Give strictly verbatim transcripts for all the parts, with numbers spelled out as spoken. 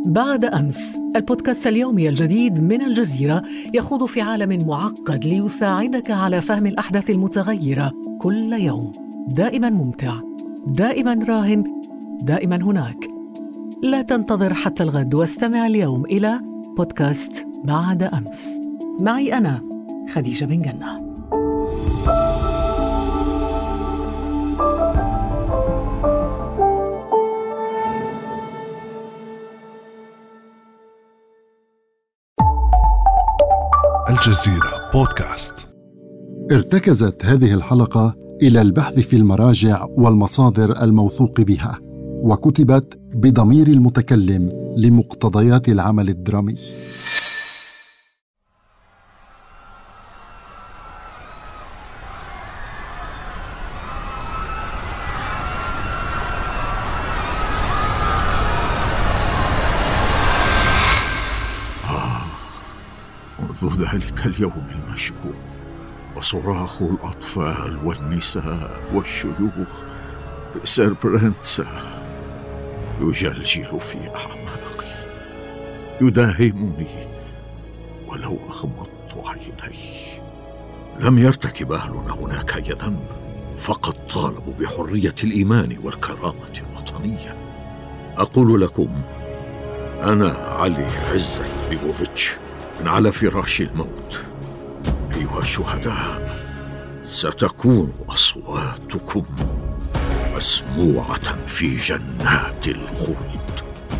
بعد أمس، البودكاست اليومي الجديد من الجزيرة يخوض في عالم معقد ليساعدك على فهم الأحداث المتغيرة كل يوم. دائما ممتع، دائما راهن، دائما هناك. لا تنتظر حتى الغد واستمع اليوم إلى بودكاست بعد أمس. معي أنا خديجة بن جنة. الجزيرة بودكاست. ارتكزت هذه الحلقة إلى البحث في المراجع والمصادر الموثوق بها، وكتبت بضمير المتكلم لمقتضيات العمل الدرامي. منذ ذلك اليوم المشؤوم، وصراخ الأطفال والنساء والشيوخ في سيربرنتسا يجلجل في أعماقي، يداهمني ولو أغمضت عيني. لم يرتكب أهلنا هناك أي ذنب، فقط طالبوا بحرية الإيمان والكرامة الوطنية. أقول لكم، أنا علي عزت بيغوفيتش من على فراش الموت، أيها الشهداء، ستكون أصواتكم مسموعة في جنات الخلد.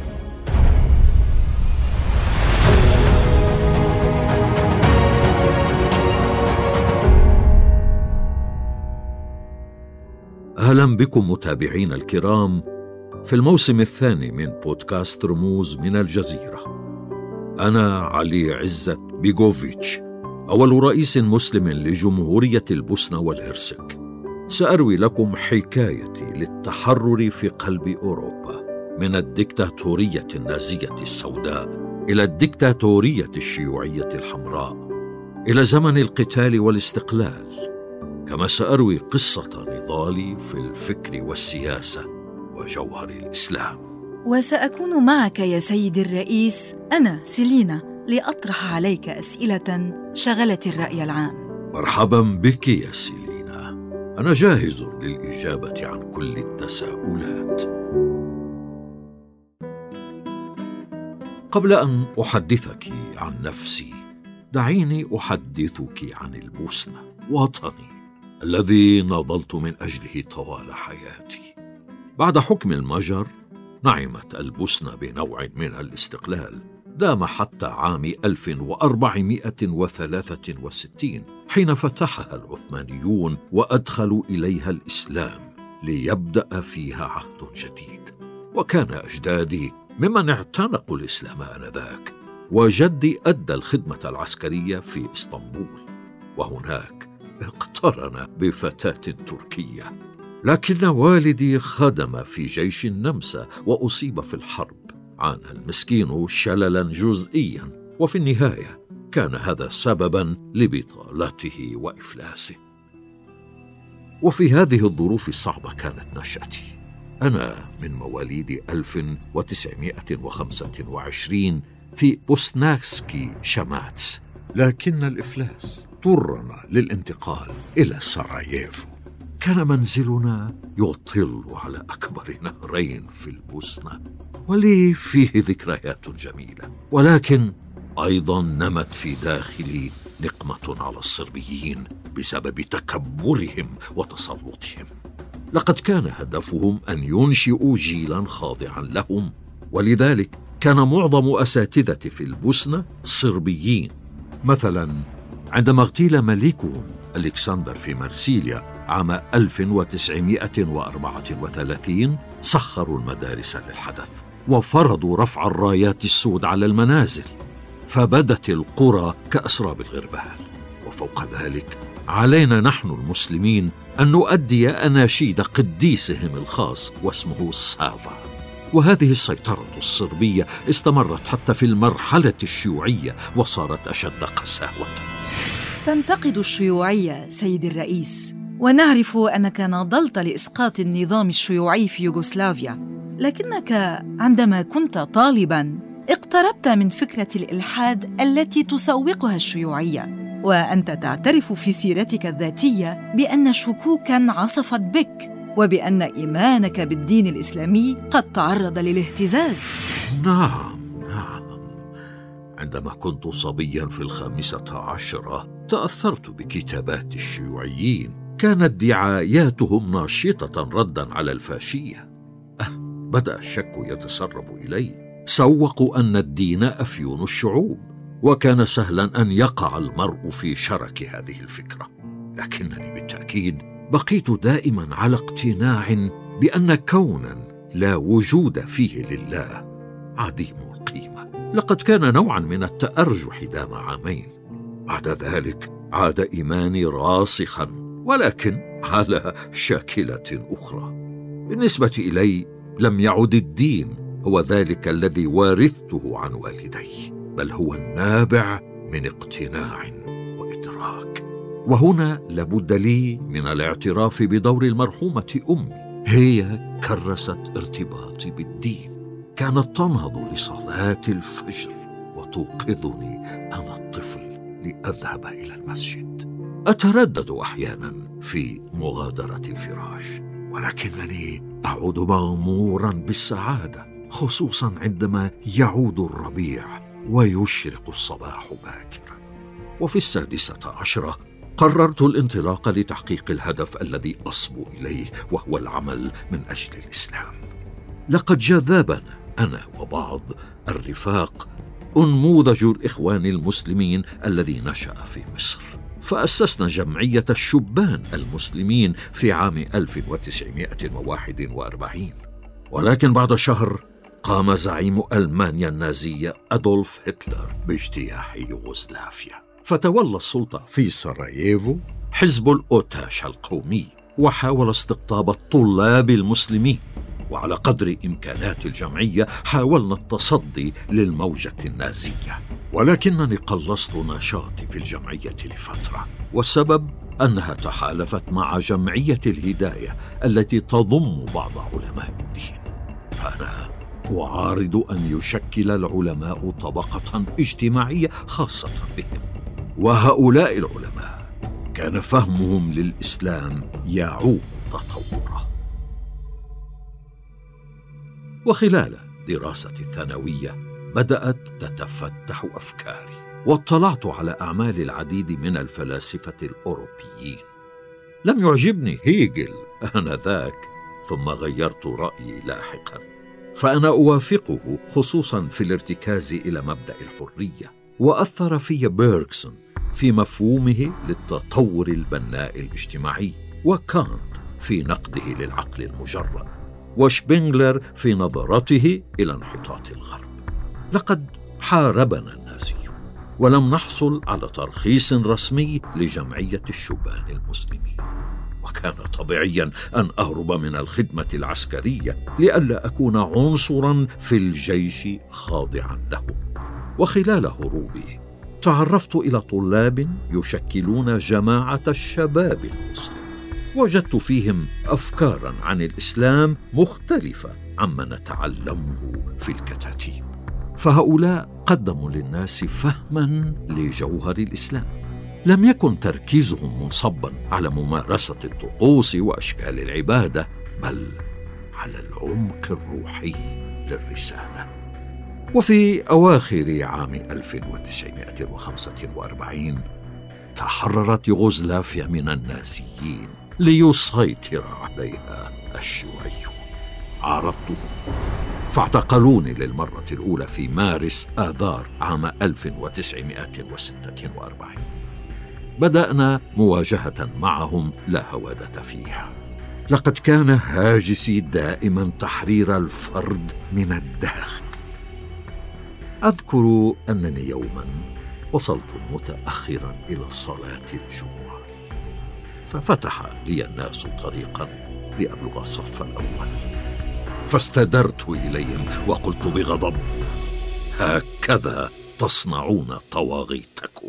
أهلا بكم متابعين الكرام في الموسم الثاني من بودكاست رموز من الجزيرة. أنا علي عزت بيغوفيتش، أول رئيس مسلم لجمهورية البوسنة والهرسك. سأروي لكم حكايتي للتحرر في قلب أوروبا، من الدكتاتورية النازية السوداء إلى الدكتاتورية الشيوعية الحمراء، إلى زمن القتال والاستقلال. كما سأروي قصة نضالي في الفكر والسياسة وجوهر الإسلام. وسأكون معك يا سيدي الرئيس أنا سيلينا لأطرح عليك أسئلة شغلت الرأي العام. مرحبا بك يا سيلينا، أنا جاهز للإجابة عن كل التساؤلات. قبل أن أحدثك عن نفسي، دعيني أحدثك عن البوسنة، وطني الذي نضلت من أجله طوال حياتي. بعد حكم المجر نعمت البوسنة بنوع من الاستقلال دام حتى عام ألف وأربعمائة وثلاثة وستين، حين فتحها العثمانيون وأدخلوا إليها الإسلام ليبدأ فيها عهد جديد. وكان أجدادي ممن اعتنقوا الإسلام آنذاك، وجدي أدى الخدمة العسكرية في إسطنبول، وهناك اقترن بفتاة تركية. لكن والدي خدم في جيش النمسا وأصيب في الحرب، عانى المسكين شللا جزئيا، وفي النهاية كان هذا سببا لبطالته وإفلاسه. وفي هذه الظروف الصعبة كانت نشأتي. أنا من مواليد ألف وتسعمائة وخمسة وعشرين في بوسناكسكي شماتس، لكن الإفلاس اضطرنا للانتقال إلى سراييفو. كان منزلنا يطل على أكبر نهرين في البوسنة، ولي فيه ذكريات جميلة، ولكن أيضا نمت في داخلي نقمة على الصربيين بسبب تكبرهم وتسلطهم. لقد كان هدفهم أن ينشئوا جيلا خاضعا لهم، ولذلك كان معظم أساتذة في البوسنة صربيين. مثلا عندما اغتيل ملكهم ألكسندر في مرسيليا عام ألف وتسعمائة وأربعة وثلاثين، سخروا المدارس للحدث وفرضوا رفع الرايات السود على المنازل، فبدت القرى كأسراب الغربال. وفوق ذلك علينا نحن المسلمين أن نؤدي أناشيد قديسهم الخاص واسمه سافا. وهذه السيطرة الصربية استمرت حتى في المرحلة الشيوعية وصارت أشد قساوة. تنتقد الشيوعية سيدي الرئيس، ونعرف أنك ناضلت لإسقاط النظام الشيوعي في يوغوسلافيا، لكنك عندما كنت طالباً اقتربت من فكرة الإلحاد التي تسوقها الشيوعية، وأنت تعترف في سيرتك الذاتية بأن شكوكاً عصفت بك، وبأن إيمانك بالدين الإسلامي قد تعرض للاهتزاز. نعم نعم عندما كنت صبياً في الخامسة عشرة تأثرت بكتابات الشيوعيين، كانت دعاياتهم ناشطة رداً على الفاشية. أه بدأ الشك يتسرب إلي. سوقوا أن الدين أفيون الشعوب، وكان سهلاً أن يقع المرء في شرك هذه الفكرة، لكنني بالتأكيد بقيت دائماً على اقتناع بأن كوناً لا وجود فيه لله عديم القيمة. لقد كان نوعاً من التأرجح دام عامين. بعد ذلك عاد إيماني راسخاً، ولكن على شاكلة أخرى. بالنسبة إلي لم يعد الدين هو ذلك الذي وارثته عن والدي، بل هو النابع من اقتناع وإدراك. وهنا لابد لي من الاعتراف بدور المرحومة أمي. هي كرست ارتباطي بالدين، كانت تنهض لصلاة الفجر وتوقظني أنا الطفل لأذهب إلى المسجد. أتردد أحيانا في مغادرة الفراش، ولكنني أعود مغمورا بالسعادة، خصوصا عندما يعود الربيع ويشرق الصباح باكرا. وفي السادسة عشرة قررت الانطلاق لتحقيق الهدف الذي أصبو إليه، وهو العمل من أجل الإسلام. لقد جذبنا أنا وبعض الرفاق أنموذج الإخوان المسلمين الذي نشأ في مصر، فأسسنا جمعية الشبان المسلمين في عام ألف وتسعمائة وواحد وأربعين. ولكن بعد شهر قام زعيم ألمانيا النازية أدولف هتلر باجتياح يوغوسلافيا، فتولى السلطة في سراييفو حزب الأوتاش القومي، وحاول استقطاب الطلاب المسلمين. وعلى قدر إمكانات الجمعية حاولنا التصدي للموجة النازية، ولكنني قلصت نشاطي في الجمعية لفترة، والسبب أنها تحالفت مع جمعية الهداية التي تضم بعض علماء الدين. فأنا أعارض أن يشكل العلماء طبقة اجتماعية خاصة بهم، وهؤلاء العلماء كان فهمهم للإسلام يعوق تطوره. وخلال دراستي الثانوية بدأت تتفتح أفكاري، واطلعت على أعمال العديد من الفلاسفة الأوروبيين. لم يعجبني هيجل آنذاك، ثم غيرت رأيي لاحقا، فأنا أوافقه خصوصا في الارتكاز إلى مبدأ الحرية. وأثر في بيرغسون في مفهومه للتطور البناء الاجتماعي، وكانت في نقده للعقل المجرد، وشبينغلر في نظرته إلى انحطاط الغرب. لقد حاربنا النازيون، ولم نحصل على ترخيص رسمي لجمعية الشبان المسلمين، وكان طبيعيا أن أهرب من الخدمة العسكرية لئلا أكون عنصرا في الجيش خاضعا لهم. وخلال هروبي تعرفت إلى طلاب يشكلون جماعة الشباب المسلم، وجدت فيهم أفكارا عن الإسلام مختلفة عما نتعلمه في الكتاتيب. فهؤلاء قدموا للناس فهما لجوهر الإسلام. لم يكن تركيزهم منصبا على ممارسة الطقوس وأشكال العبادة، بل على العمق الروحي للرسالة. وفي أواخر عام ألف وتسعمائة وخمسة وأربعين تحررت يوغوسلافيا من النازيين ليسيطر عليها الشيوعي. عارضتهم فاعتقلوني للمرة الأولى في مارس آذار عام ألف وتسعمائة وستة وأربعين. بدأنا مواجهة معهم لا هوادة فيها. لقد كان هاجسي دائما تحرير الفرد من الداخل. أذكر أنني يوما وصلت متأخرا إلى صلاة الجمعة، ففتح لي الناس طريقا لأبلغ الصف الأول، فاستدرت إليهم وقلت بغضب: هكذا تصنعون طواغيتكم.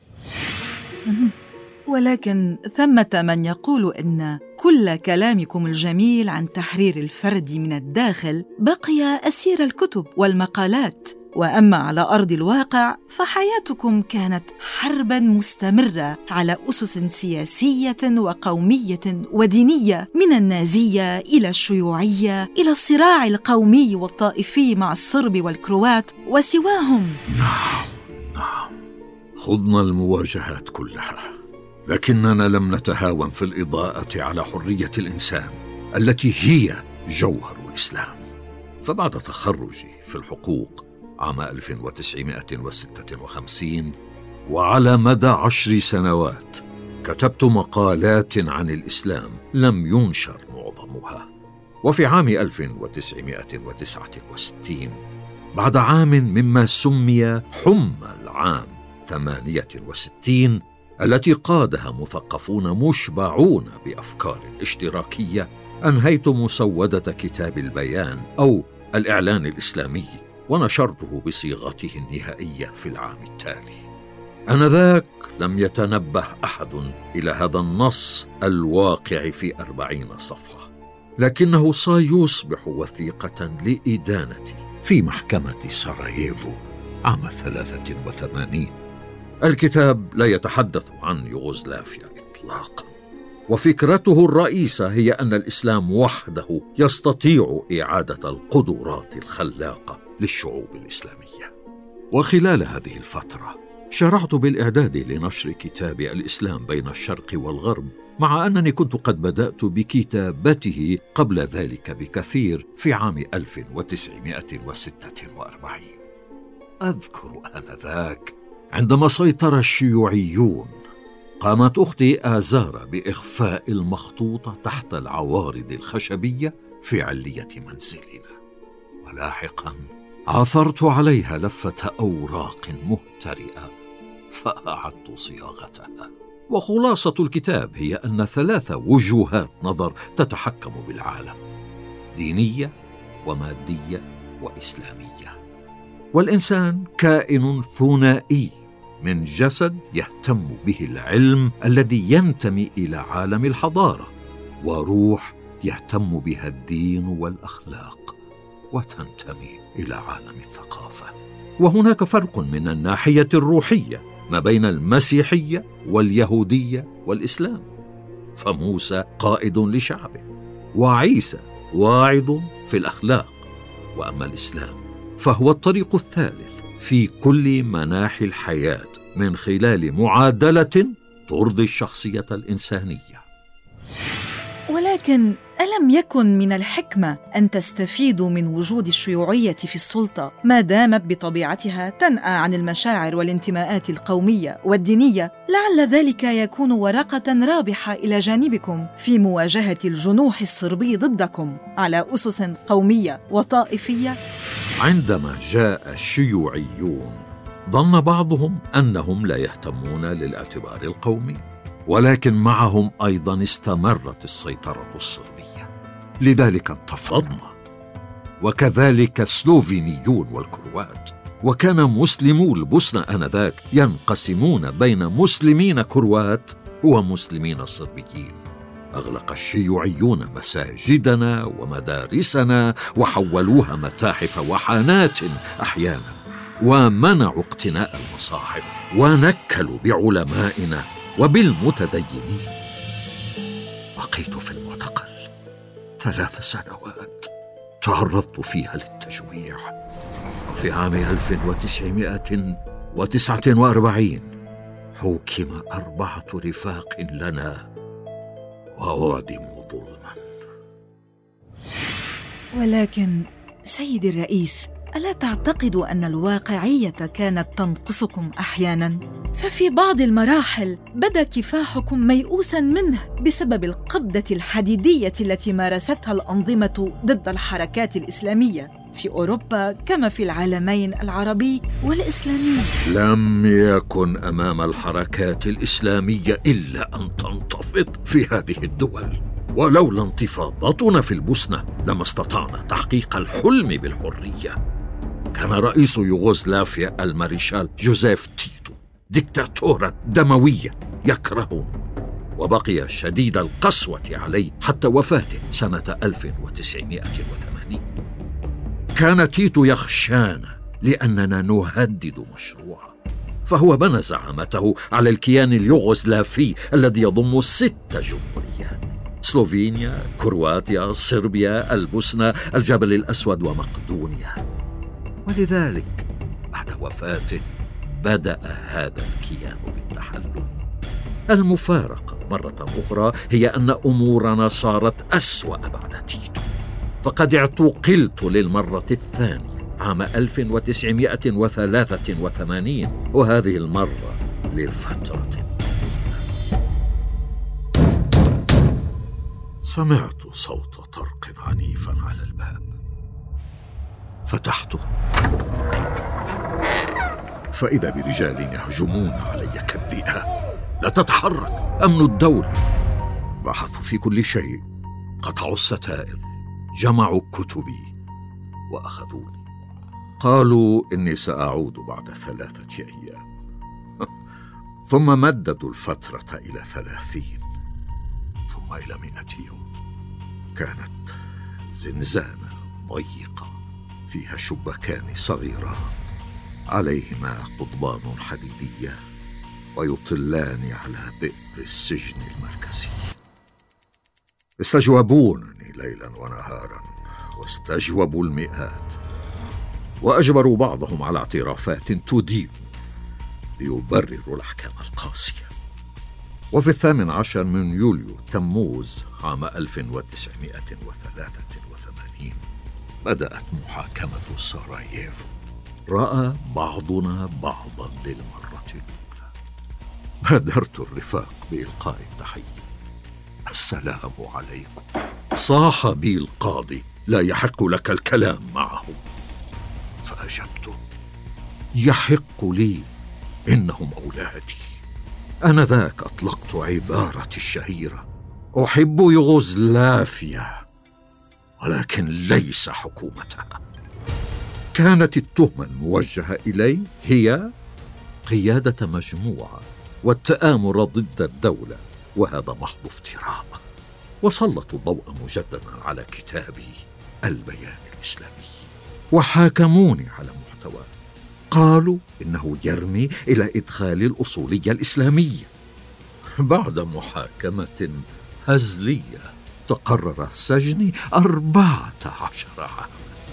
ولكن ثمة من يقول إن كل كلامكم الجميل عن تحرير الفرد من الداخل بقي أسير الكتب والمقالات، وأما على أرض الواقع فحياتكم كانت حرباً مستمرة على أسس سياسية وقومية ودينية، من النازية إلى الشيوعية إلى الصراع القومي والطائفي مع الصرب والكروات وسواهم. نعم نعم، خضنا المواجهات كلها، لكننا لم نتهاون في الإضاءة على حرية الإنسان التي هي جوهر الإسلام. فبعد تخرجي في الحقوق عام ألف وتسعمائة وستة وخمسين وعلى مدى عشر سنوات كتبت مقالات عن الإسلام لم ينشر معظمها. وفي عام ألف وتسعمائة وتسعة وستين بعد عام مما سمي حمى العام ثمانية وستين التي قادها مثقفون مشبعون بأفكار اشتراكية، أنهيت مسودة كتاب البيان أو الإعلان الإسلامي ونشرته بصيغته النهائية في العام التالي. آنذاك لم يتنبه أحد إلى هذا النص الواقع في أربعين صفحة، لكنه سيصبح وثيقة لإدانتي في محكمة سراييفو عام ثلاثة وثمانين. الكتاب لا يتحدث عن يوغوسلافيا إطلاقا، وفكرته الرئيسة هي أن الإسلام وحده يستطيع إعادة القدرات الخلاقة للشعوب الإسلامية. وخلال هذه الفترة شرعت بالإعداد لنشر كتاب الإسلام بين الشرق والغرب، مع أنني كنت قد بدأت بكتابته قبل ذلك بكثير في عام ألف وتسعمائة وستة وأربعين. أذكر آنذاك عندما سيطر الشيوعيون قامت أختي آزارة بإخفاء المخطوطة تحت العوارض الخشبية في علية منزلنا، ولاحقا عثرت عليها لفة أوراق مهترئة فأعدت صياغتها. وخلاصة الكتاب هي أن ثلاث وجهات نظر تتحكم بالعالم: دينية ومادية وإسلامية. والإنسان كائن ثنائي من جسد يهتم به العلم الذي ينتمي إلى عالم الحضارة، وروح يهتم بها الدين والأخلاق وتنتمي إلى عالم الثقافة. وهناك فرق من الناحية الروحية ما بين المسيحية واليهودية والإسلام، فموسى قائد لشعبه، وعيسى واعظ في الأخلاق، وأما الإسلام فهو الطريق الثالث في كل مناحي الحياة من خلال معادلة ترضي الشخصية الإنسانية. ولكن ألم يكن من الحكمة أن تستفيدوا من وجود الشيوعية في السلطة ما دامت بطبيعتها تنأى عن المشاعر والانتماءات القومية والدينية، لعل ذلك يكون ورقة رابحة إلى جانبكم في مواجهة الجنوح الصربي ضدكم على أسس قومية وطائفية؟ عندما جاء الشيوعيون ظن بعضهم أنهم لا يهتمون للاعتبار القومي، ولكن معهم أيضا استمرت السيطرة الصربية، لذلك انتفضنا. وكذلك السلوفينيون والكروات. وكان مسلمو البوسنة آنذاك ينقسمون بين مسلمين كروات ومسلمين صربيين. أغلق الشيوعيون مساجدنا ومدارسنا وحولوها متاحف وحانات أحيانا، ومنعوا اقتناء المصاحف، ونكلوا بعلمائنا وبالمتدينين. بقيت في المعتقل ثلاث سنوات تعرضت فيها للتجويع. في عام ألف وتسعمائة وتسعة وأربعين حُكم أربعة رفاق لنا وأعدموا ظلما. ولكن سيدي الرئيس، ألا تعتقد أن الواقعية كانت تنقصكم أحياناً؟ ففي بعض المراحل بدا كفاحكم ميؤوساً منه بسبب القبضة الحديدية التي مارستها الأنظمة ضد الحركات الإسلامية في أوروبا كما في العالمين العربي والإسلامي. لم يكن أمام الحركات الإسلامية إلا أن تنتفض في هذه الدول، ولولا انتفاضتنا في البوسنة لما استطعنا تحقيق الحلم بالحرية. كان رئيس يوغوسلافيا الماريشال جوزيف تيتو ديكتاتورا دمويا يكرهه، وبقي شديد القسوة عليه حتى وفاته سنة ألف وتسعمائة وثمانين. كان تيتو يخشانا لأننا نهدد مشروعه، فهو بنى زعامته على الكيان اليوغوسلافي الذي يضم ست جمهوريات: سلوفينيا، كرواتيا، صربيا، البوسنة، الجبل الأسود ومقدونيا. ولذلك بعد وفاته بدأ هذا الكيان بالتحلل. المفارقة مرة أخرى هي أن أمورنا صارت أسوأ بعد تيتو، فقد اعتقلت للمرة الثانية عام ألف وتسعمائة وثلاثة وثمانين، وهذه المرة لفترة طويلة. سمعت صوت طرق عنيفا على الباب، فتحته فإذا برجال يهجمون علي كالذئاب. لا تتحرك، أمن الدولة. بحثوا في كل شيء، قطعوا الستائر، جمعوا كتبي وأخذوني. قالوا إني سأعود بعد ثلاثة أيام ثم مددوا الفترة إلى ثلاثين ثم إلى مئة يوم. كانت زنزانة ضيقة فيها شباكان صغيران عليهما قضبان حديدية ويطلان على بئر السجن المركزي. استجوبونني ليلا ونهارا، واستجوبوا المئات، وأجبروا بعضهم على اعترافات تدين ليبرروا الأحكام القاسية. وفي الثامن عشر من يوليو تموز عام ألف وتسعمائة وثلاثة وثمانين بدأت محاكمة سراييفو. رأى بعضنا بعضا للمرة الأولى. بادرت الرفاق بإلقاء التحية: السلام عليكم. صاح بي القاضي: لا يحق لك الكلام معهم. فأجبت: يحق لي، إنهم أولادي. آنذاك أطلقت عبارتي الشهيرة: أحب يوغوسلافيا ولكن ليس حكومتها. كانت التهمة الموجهة إلي هي قيادة مجموعة والتآمر ضد الدولة، وهذا محض افتراء. وسلطوا الضوء مجددا على كتابي البيان الإسلامي وحاكموني على محتواه. قالوا إنه يرمي إلى إدخال الأصولية الإسلامية. بعد محاكمة هزلية تقرر سجني أربعة عشر عاما.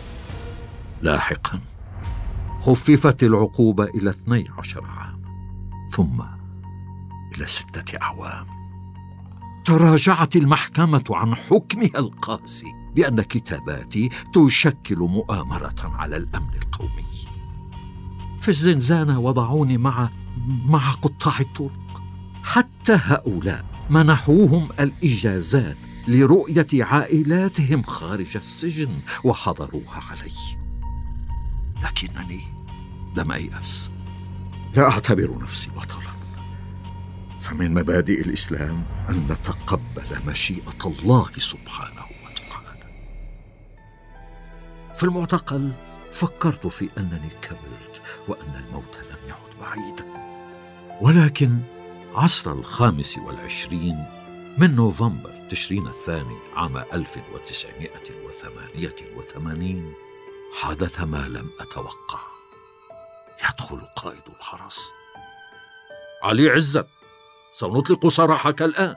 لاحقا خففت العقوبة إلى اثني عشر عاما ثم إلى ستة أعوام. تراجعت المحكمة عن حكمها القاسي بأن كتاباتي تشكل مؤامرة على الأمن القومي. في الزنزانة وضعوني مع مع قطاع الطرق. حتى هؤلاء منحوهم الإجازات لرؤية عائلاتهم خارج السجن وحضروها علي. لكنني لم أيأس. لا أعتبر نفسي بطلا، فمن مبادئ الإسلام أن نتقبل مشيئة الله سبحانه وتعالى. في المعتقل فكرت في أنني كبرت وأن الموت لم يعد بعيدا، ولكن عصر الخامس والعشرين من نوفمبر تشرين الثاني عام ألف وتسعمائة وثمانية وثمانين حدث ما لم أتوقع. يدخل قائد الحرس: علي عزت، سنطلق سراحك الآن.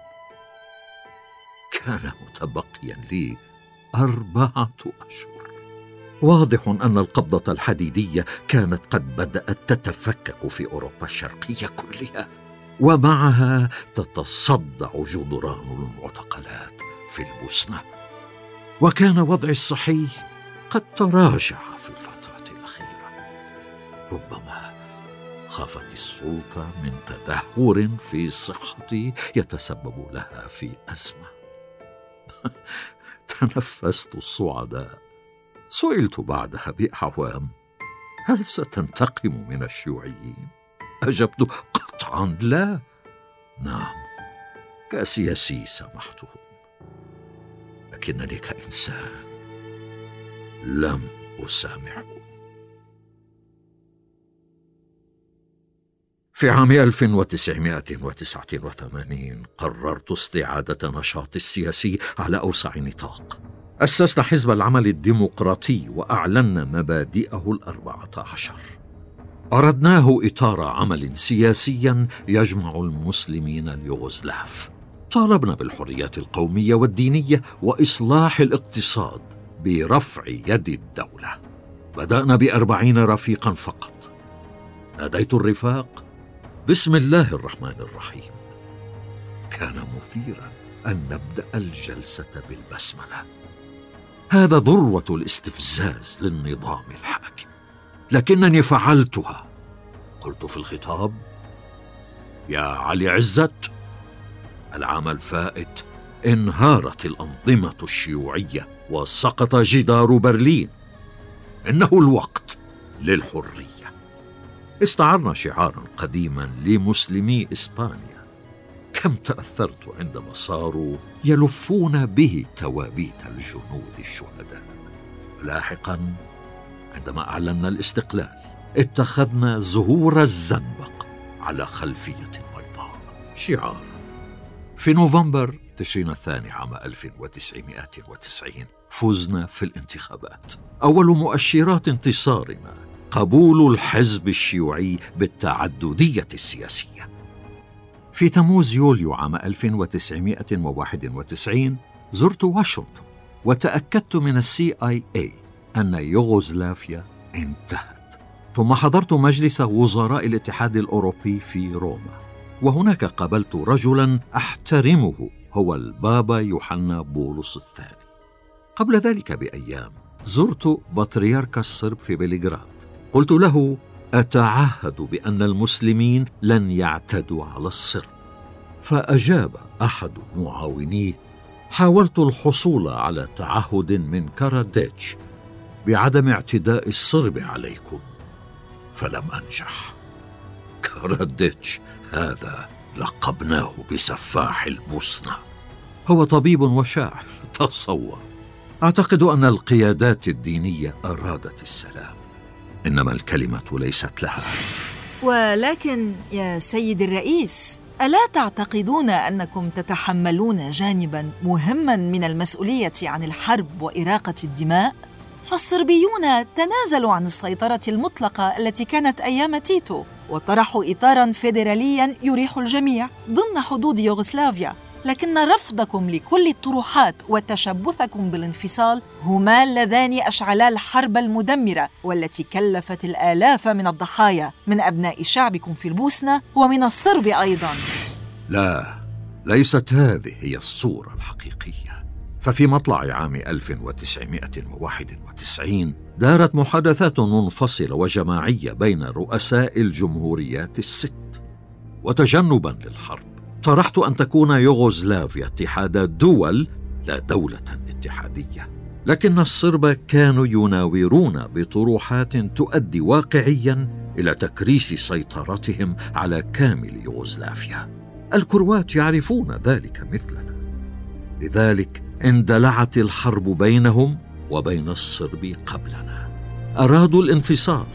كان متبقيا لي أربعة أشهر. واضح أن القبضة الحديدية كانت قد بدأت تتفكك في أوروبا الشرقية كلها، ومعها تتصدع جدران المعتقلات في البوسنة. وكان وضعي الصحي قد تراجع في الفترة الأخيرة. ربما خافت السلطة من تدهور في صحتي يتسبب لها في أزمة. تنفست الصعداء. سئلت بعدها بأعوام: هل ستنتقم من الشيوعيين؟ أجبت: قطعا لا. نعم، كسياسي سامحتهم، لكنني كإنسان لم أسامحهم. في عام ألف وتسعمائة وتسعة وثمانين قررت استعادة نشاطي السياسي على أوسع نطاق، أسسنا حزب العمل الديمقراطي وأعلنا مبادئه الأربعة عشر. أردناه إطار عمل سياسي يجمع المسلمين اليوغوسلاف. طالبنا بالحريات القومية والدينية وإصلاح الاقتصاد برفع يد الدولة. بدأنا بأربعين رفيقا فقط. ناديت الرفاق بسم الله الرحمن الرحيم. كان مثيرا أن نبدأ الجلسة بالبسملة. هذا ذروة الاستفزاز للنظام الحاكم، لكنني فعلتها. قلت في الخطاب: يا علي عزت، العام الفائت انهارت الأنظمة الشيوعية وسقط جدار برلين. إنه الوقت للحرية. استعرنا شعارا قديما لمسلمي إسبانيا. كم تأثرت عندما صاروا يلفون به توابيت الجنود الشهداء. لاحقا عندما أعلنا الاستقلال اتخذنا زهور الزنبق على خلفية بيضاء شعار. في نوفمبر تشرين الثاني عام ألف وتسعمائة وتسعين فزنا في الانتخابات. أول مؤشرات انتصارنا قبول الحزب الشيوعي بالتعددية السياسية. في تموز يوليو عام ألف وتسعمائة وواحد وتسعين زرت واشنطن وتأكدت من السي آي إيه أن يوغوسلافيا انتهت. ثم حضرت مجلس وزراء الاتحاد الأوروبي في روما، وهناك قابلت رجلاً أحترمه، هو البابا يوحنا بولس الثاني. قبل ذلك بأيام زرت بطريرك الصرب في بلغراد. قلت له: أتعهد بأن المسلمين لن يعتدوا على الصرب. فأجاب أحد معاونيه: حاولت الحصول على تعهد من كاراديتش بعدم اعتداء الصرب عليكم فلم أنجح. كاراديتش هذا لقبناه بسفاح البوسنة. هو طبيب وشاعر. تصور. أعتقد أن القيادات الدينية أرادت السلام، إنما الكلمة ليست لها. ولكن يا سيد الرئيس، ألا تعتقدون أنكم تتحملون جانباً مهماً من المسؤولية عن الحرب وإراقة الدماء؟ فالصربيون تنازلوا عن السيطرة المطلقة التي كانت أيام تيتو، وطرحوا إطاراً فيدرالياً يريح الجميع ضمن حدود يوغوسلافيا. لكن رفضكم لكل الطروحات وتشبثكم بالانفصال هما اللذان أشعلا الحرب المدمرة، والتي كلفت الآلاف من الضحايا من أبناء شعبكم في البوسنة ومن الصرب أيضاً. لا، ليست هذه هي الصورة الحقيقية. ففي مطلع عام ألف وتسعمائة وواحد وتسعين دارت محادثات منفصلة وجماعية بين رؤساء الجمهوريات الست. وتجنباً للحرب طرحت أن تكون يوغوسلافيا اتحاد دول لا دولة اتحادية. لكن الصرب كانوا يناورون بطروحات تؤدي واقعياً إلى تكريس سيطرتهم على كامل يوغوسلافيا. الكروات يعرفون ذلك مثلنا. لذلك اندلعت الحرب بينهم وبين الصرب قبلنا. أرادوا الانفصال،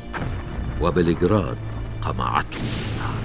وبلغراد قمعتهم النار.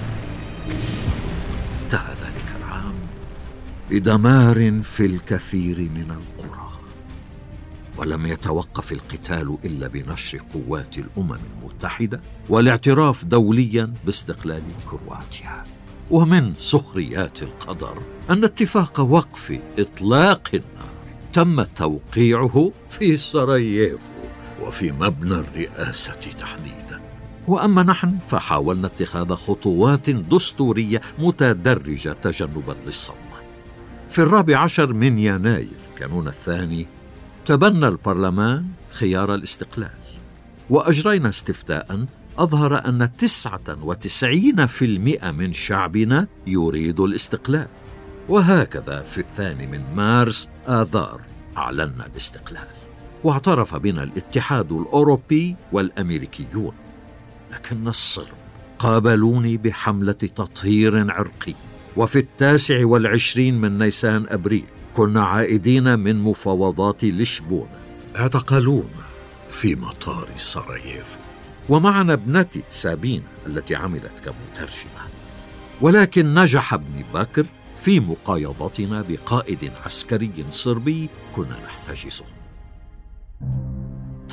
انتهى ذلك العام بدمار في الكثير من القرى، ولم يتوقف القتال إلا بنشر قوات الأمم المتحدة والاعتراف دوليا باستقلال كرواتيا. ومن سخريات القدر أن اتفاق وقف إطلاق النار تم توقيعه في سراييفو وفي مبنى الرئاسة تحديدا. وأما نحن فحاولنا اتخاذ خطوات دستورية متدرجة تجنبا للصدمة. في الرابع عشر من يناير كانون الثاني تبنى البرلمان خيار الاستقلال، وأجرينا استفتاء أظهر أن تسعة وتسعين بالمئة من شعبنا يريد الاستقلال. وهكذا في الثاني من مارس آذار أعلنا الاستقلال، واعترف بنا الاتحاد الأوروبي والأمريكيون. لكن الصرب قابلوني بحملة تطهير عرقي. وفي التاسع والعشرين من نيسان أبريل كنا عائدين من مفاوضات لشبونة، اعتقلونا في مطار سراييفو، ومعنا ابنتي سابينا التي عملت كمترجمة. ولكن نجح ابن بكر في مقايضتنا بقائد عسكري صربي كنا نحتجزه.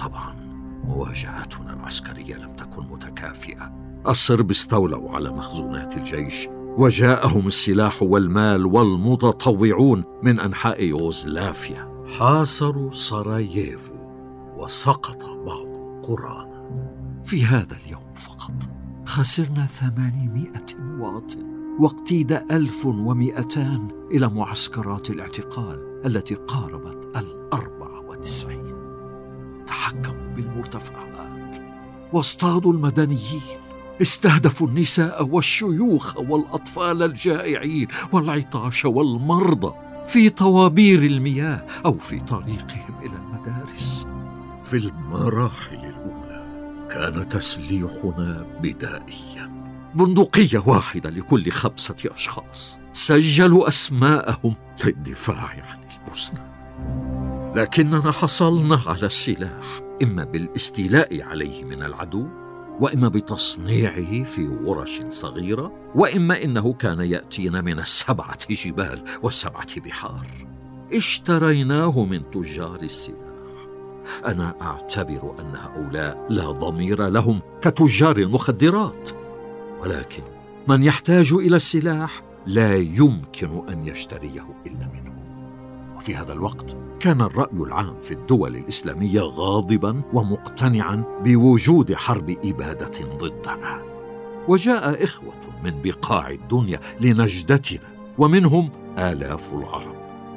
طبعا مواجهتنا العسكرية لم تكن متكافئة. الصرب استولوا على مخزونات الجيش، وجاءهم السلاح والمال والمتطوعون من أنحاء يوغوسلافيا. حاصروا سراييفو وسقط بعض قرانا. في هذا اليوم فقط خسرنا ثمانمائة مواطن، واقتيد ألف ومئتان إلى معسكرات الاعتقال التي قاربت الأربع وتسعين. تحكموا بالمرتفعات واصطادوا المدنيين، استهدفوا النساء والشيوخ والأطفال الجائعين والعطاش والمرضى في طوابير المياه أو في طريقهم إلى المدارس. في المراحل الأولى كان تسليحنا بدائيا، بندقية واحدة لكل خمسة أشخاص. سجلوا أسماءهم للدفاع عن البوسنة، لكننا حصلنا على السلاح إما بالاستيلاء عليه من العدو، وإما بتصنيعه في ورش صغيرة، وإما إنه كان يأتينا من السبعة جبال والسبعة بحار. اشتريناه من تجار السلاح. أنا أعتبر أن هؤلاء لا ضمير لهم كتجار المخدرات، ولكن من يحتاج إلى السلاح لا يمكن أن يشتريه إلا منهم. وفي هذا الوقت كان الرأي العام في الدول الإسلامية غاضباً ومقتنعاً بوجود حرب إبادة ضدنا. وجاء إخوة من بقاع الدنيا لنجدتنا، ومنهم آلاف العرب.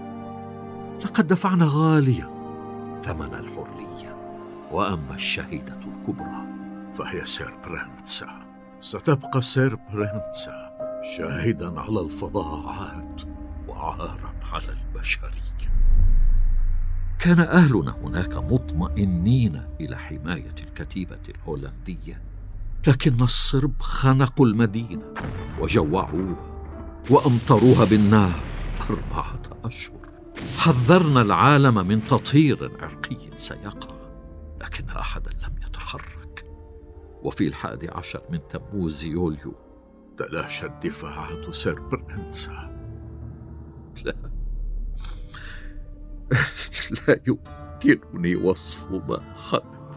لقد دفعنا غالياً ثمن الحرية. وأما الشهيدة الكبرى فهي سيربرنتسا. ستبقى سيربرنتسا شاهداً على الفظاعات وعاراً على البشرية. كان أهلنا هناك مطمئنين إلى حماية الكتيبة الهولندية، لكن الصرب خنقوا المدينة وجوعوها وأمطروها بالنار أربعة أشهر. حذرنا العالم من تطهير عرقي سيقع، لكن أحدا لم يتحرك. وفي الحادي عشر من تموز يوليو تلاشت دفاعات سيربرنتسا. لا لا يمكنني وصف ما حدث.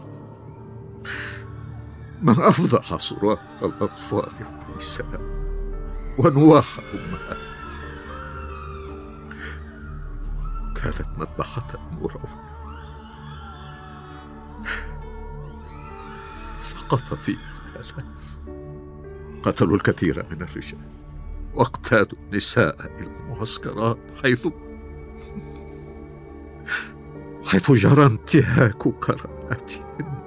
ما أفضح صراخ الأطفال والنساء ونواح الأمهات. كانت مذبحة مروعة. سقط فيها الآلاف. قتلوا الكثير من الرجال واقتادوا النساء إلى المعسكرات حيث حيث جرى انتهاك كراماتهن.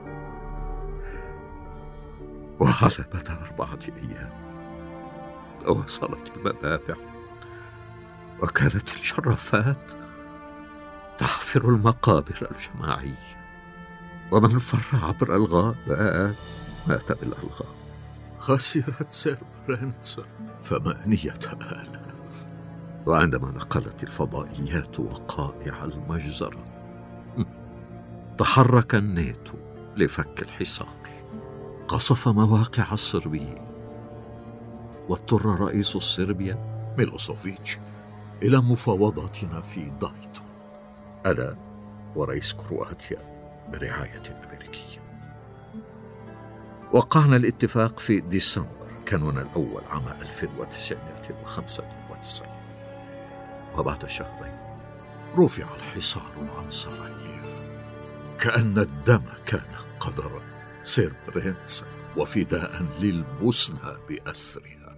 وعلى مدى أربعة أيام وصلت المذابح، وكانت الجرافات تحفر المقابر الجماعية، ومن فر عبر الغابات مات بالألغام. خسرت سيربرنتسا ثمانية آلاف. وعندما نقلت الفضائيات وقائع المجزرة تحرك الناتو لفك الحصار. قصف مواقع الصربيين، واضطر رئيس صربيا ميلوسوفيتش إلى مفاوضاتنا في دايتون، أنا ورئيس كرواتيا برعاية الأمريكية. وقعنا الاتفاق في ديسمبر كانون الأول عام ألف وتسعمائة وخمسة وتسعين، وبعد شهرين رفع الحصار عن سراييف. كأن الدم كان قدر سيربرنتسا وفداء للبوسنة بأسرها.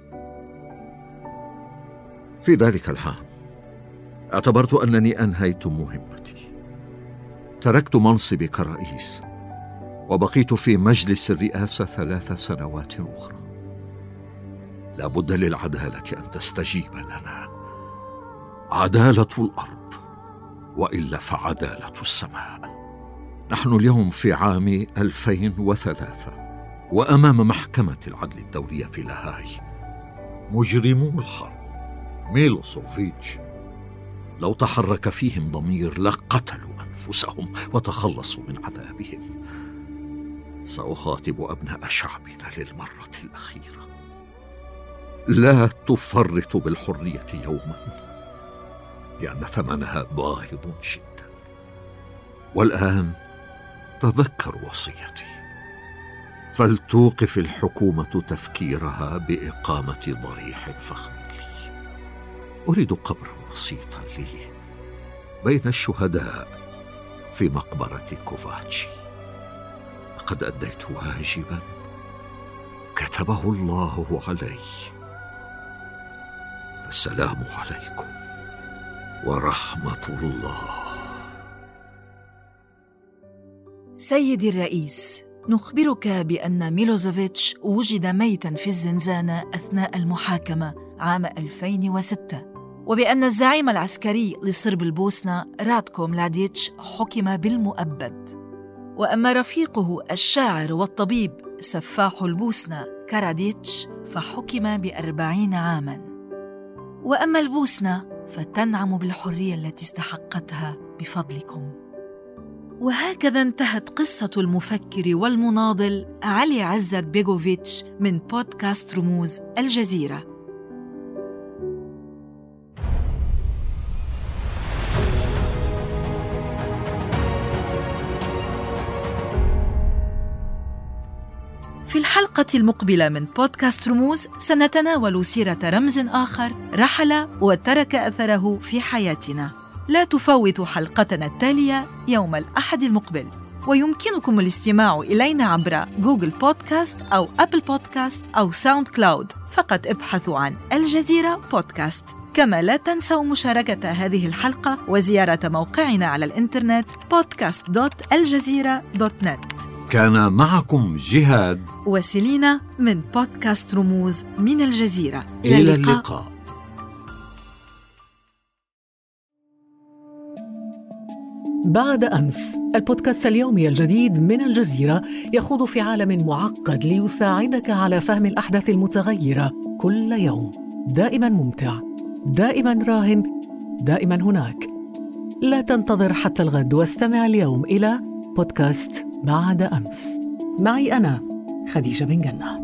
في ذلك العام اعتبرت أنني أنهيت مهمتي. تركت منصبي كرئيس وبقيت في مجلس الرئاسة ثلاث سنوات أخرى. لا بد للعدالة أن تستجيب لنا، عدالة الأرض، وإلا فعدالة السماء. نحن اليوم في عام ألفين وثلاثة وأمام محكمة العدل الدولية في لاهاي. مجرمو الحرب ميلوسوفيتش لو تحرك فيهم ضمير لقتلوا أنفسهم وتخلصوا من عذابهم. سأخاطب أبناء شعبنا للمرة الأخيرة: لا تفرطوا بالحرية يوما، لأن ثمنها باهظ جدا. والآن تذكر وصيتي، فلتوقف الحكومة تفكيرها بإقامة ضريح فخم لي. أريد قبرا بسيطا لي بين الشهداء في مقبرة كوفاتشي. لقد أديت واجبا كتبه الله علي. فالسلام عليكم ورحمة الله. سيدي الرئيس، نخبرك بأن ميلوزوفيتش وجد ميتاً في الزنزانة أثناء المحاكمة عام ألفين وستة، وبأن الزعيم العسكري لصرب البوسنة راتكو ملاديتش حكم بالمؤبد، وأما رفيقه الشاعر والطبيب سفاح البوسنة كاراديتش فحكم بأربعين عاماً. وأما البوسنة فتنعم بالحرية التي استحقتها بفضلكم. وهكذا انتهت قصة المفكر والمناضل علي عزت بيغوفيتش من بودكاست رموز الجزيرة. في الحلقة المقبلة من بودكاست رموز سنتناول سيرة رمز آخر رحل وترك أثره في حياتنا. لا تفوتوا حلقتنا التالية يوم الأحد المقبل، ويمكنكم الاستماع إلينا عبر جوجل بودكاست أو أبل بودكاست أو ساوند كلاود. فقط ابحثوا عن الجزيرة بودكاست. كما لا تنسوا مشاركة هذه الحلقة وزيارة موقعنا على الإنترنت بودكاست دوت الجزيرة دوت نت. كان معكم جهاد وسيلينا من بودكاست رموز من الجزيرة. إلى, إلى اللقاء, اللقاء. بعد أمس، البودكاست اليومي الجديد من الجزيرة يخوض في عالم معقد ليساعدك على فهم الأحداث المتغيرة كل يوم. دائما ممتع، دائما راهن، دائما هناك. لا تنتظر حتى الغد واستمع اليوم إلى بودكاست بعد أمس. معي أنا خديجة بن جنة.